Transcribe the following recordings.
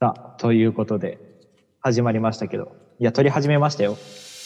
さあ、ということで始まりましたけど、いや撮り始めましたよ。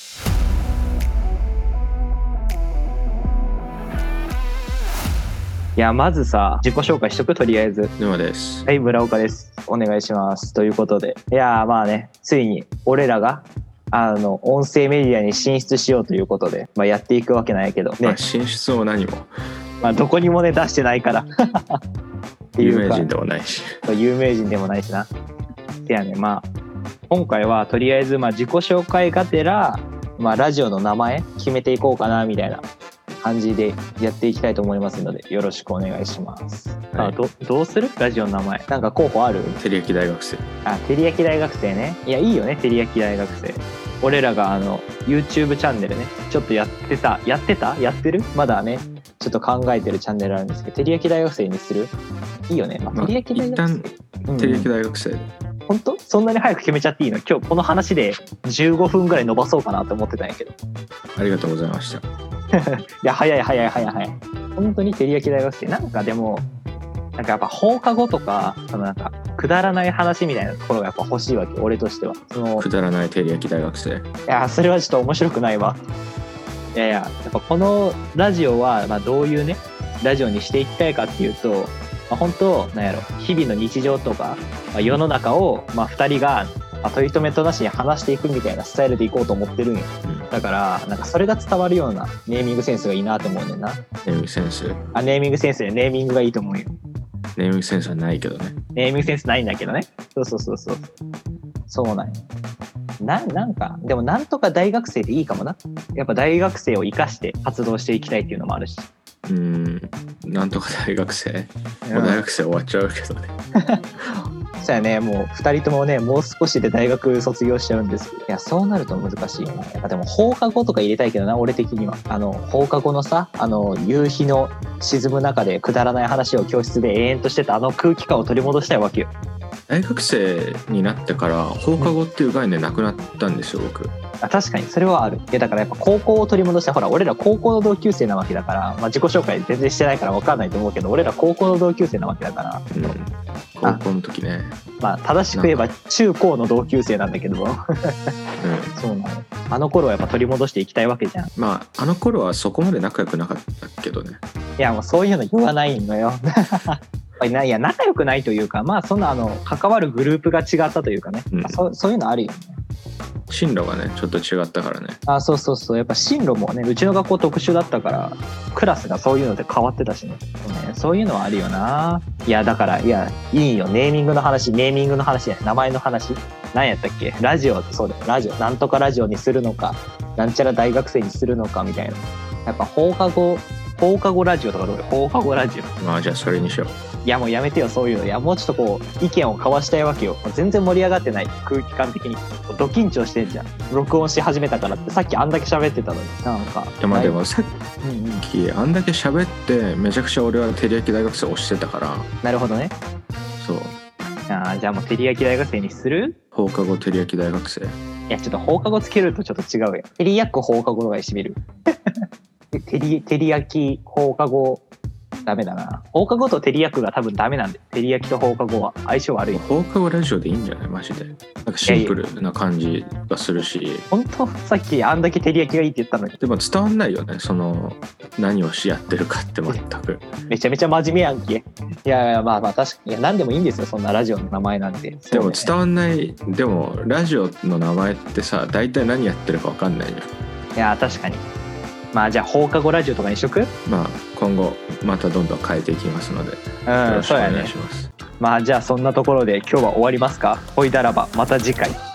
いやまずさ、自己紹介しとく。とりあえず沼です。 はい、村岡です。お願いします。ということで、いやまあね、ついに俺らが音声メディアに進出しようということで、やっていくわけなんやけどね。 進出も何も、 どこにもね出してないからっていうか、 有名人でもないし有名人でもないしな。ではね、今回はとりあえず自己紹介がてら、ラジオの名前決めていこうかなみたいな感じでやっていきたいと思いますので、よろしくお願いします。 はい、 どうする？ラジオの名前なんか候補ある？ 照り焼き大学生。 照り焼き大学生ね。いやいいよね、照り焼き大学生。俺らがYouTube チャンネルね、ちょっとやってるまだね、ちょっと考えてるチャンネルあるんですけど、照り焼き大学生にする？いいよね。照り焼き大学生。 一旦照り焼き大学生。 本当？そんなに早く決めちゃっていいの？今日この話で15分ぐらい伸ばそうかなと思ってたんやけど。 ありがとうございました。 いや早い。本当に照り焼き大学生。なんかでもやっぱ放課後とかなんかくだらない話みたいなところがやっぱ欲しいわけ、俺としては。 くだらない照り焼き大学生。 いやそれはちょっと面白くないわ。やっぱこのラジオはどういうねラジオにしていきたいかっていうと、本当なんやろ、日々の日常とか、世の中を2人が取り留めとなしに話していくみたいなスタイルでいこうと思ってるんよ。だからなんかそれが伝わるようなネーミングセンスがいいなと思うねんな。 ネーミングセンス？ ネーミングセンスでネーミングがいいと思うよ。 ネーミングセンスはないけどね。 ネーミングセンスないんだけどね。そうなんや。なんかでもなんとか大学生でいいかもな。やっぱ大学生を生かして活動していきたいっていうのもあるし。 なんとか大学生、もう大学生終わっちゃうけどね。 そうやね、もう2人ともね、もう少しで大学卒業しちゃうんですけど、いやそうなると難しいよね。やっぱでも放課後とか入れたいけどな、俺的には。放課後のさ、夕日の沈む中でくだらない話を教室で延々としてた空気感を取り戻したいわけよ。 大学生になってから放課後っていう概念なくなったんですよ、僕。 確かにそれはある。いやだからやっぱ高校を取り戻して、ほら俺ら高校の同級生なわけだから、自己紹介全然してないから分かんないと思うけど、俺ら高校の同級生なわけだから、 高校の時ね。 正しく言えば中高の同級生なんだけどそうなの。あの頃はやっぱ取り戻していきたいわけじゃん。 あの頃はそこまで仲良くなかったけどね。 いやもうそういうの言わないのよ。いや仲良くないというか、そんな関わるグループが違ったというかね、そういうのあるよね。 進路がねちょっと違ったからね。 そうやっぱ進路もね、うちの学校特殊だったからクラスがそういうので変わってたしね。そういうのはあるよな。いやだからいいよ、ネーミングの話ね、名前の話何やったっけ。ラジオ、そうだよ、ラジオなんとかラジオにするのか、なんちゃら大学生にするのかみたいな。やっぱ放課後ラジオとかどうよ。放課後ラジオ。 じゃあそれにしよう。 いやもうやめてよ、そういうの。いやもうちょっと意見を交わしたいわけよ。全然盛り上がってない、空気感的にド緊張してんじゃん。録音し始めたからってさっきあんだけ喋ってたのになんか。 いやでもさっきあんだけ喋ってめちゃくちゃ俺は照り焼き大学生を推してたから。 なるほどね。 そう。 じゃあもう照り焼き大学生にする？ 放課後照り焼き大学生。いやちょっと放課後つけるとちょっと違うよ。照り焼く放課後とかにしてみる？照り焼き放課後ダメだな。放課後と照り焼くが多分ダメなんで、照り焼きと放課後は相性悪い。 放課後ラジオでいいんじゃないマジで。なんかシンプルな感じがするし。 本当さっきあんだけ照り焼きがいいって言ったのに。 でも伝わんないよね、何をやってるかって全く。 めちゃめちゃ真面目やんけ。いや確かに。いや何でもいいんですよ、そんなラジオの名前なんて。 でも伝わんない。でもラジオの名前ってさ、大体何やってるか分かんないよ。 いや確かに。じゃあ放課後ラジオとかにしとく？ 今後またどんどん変えていきますので、よろしくお願いします。 じゃあそんなところで今日は終わりますか。ほいだらばまた次回。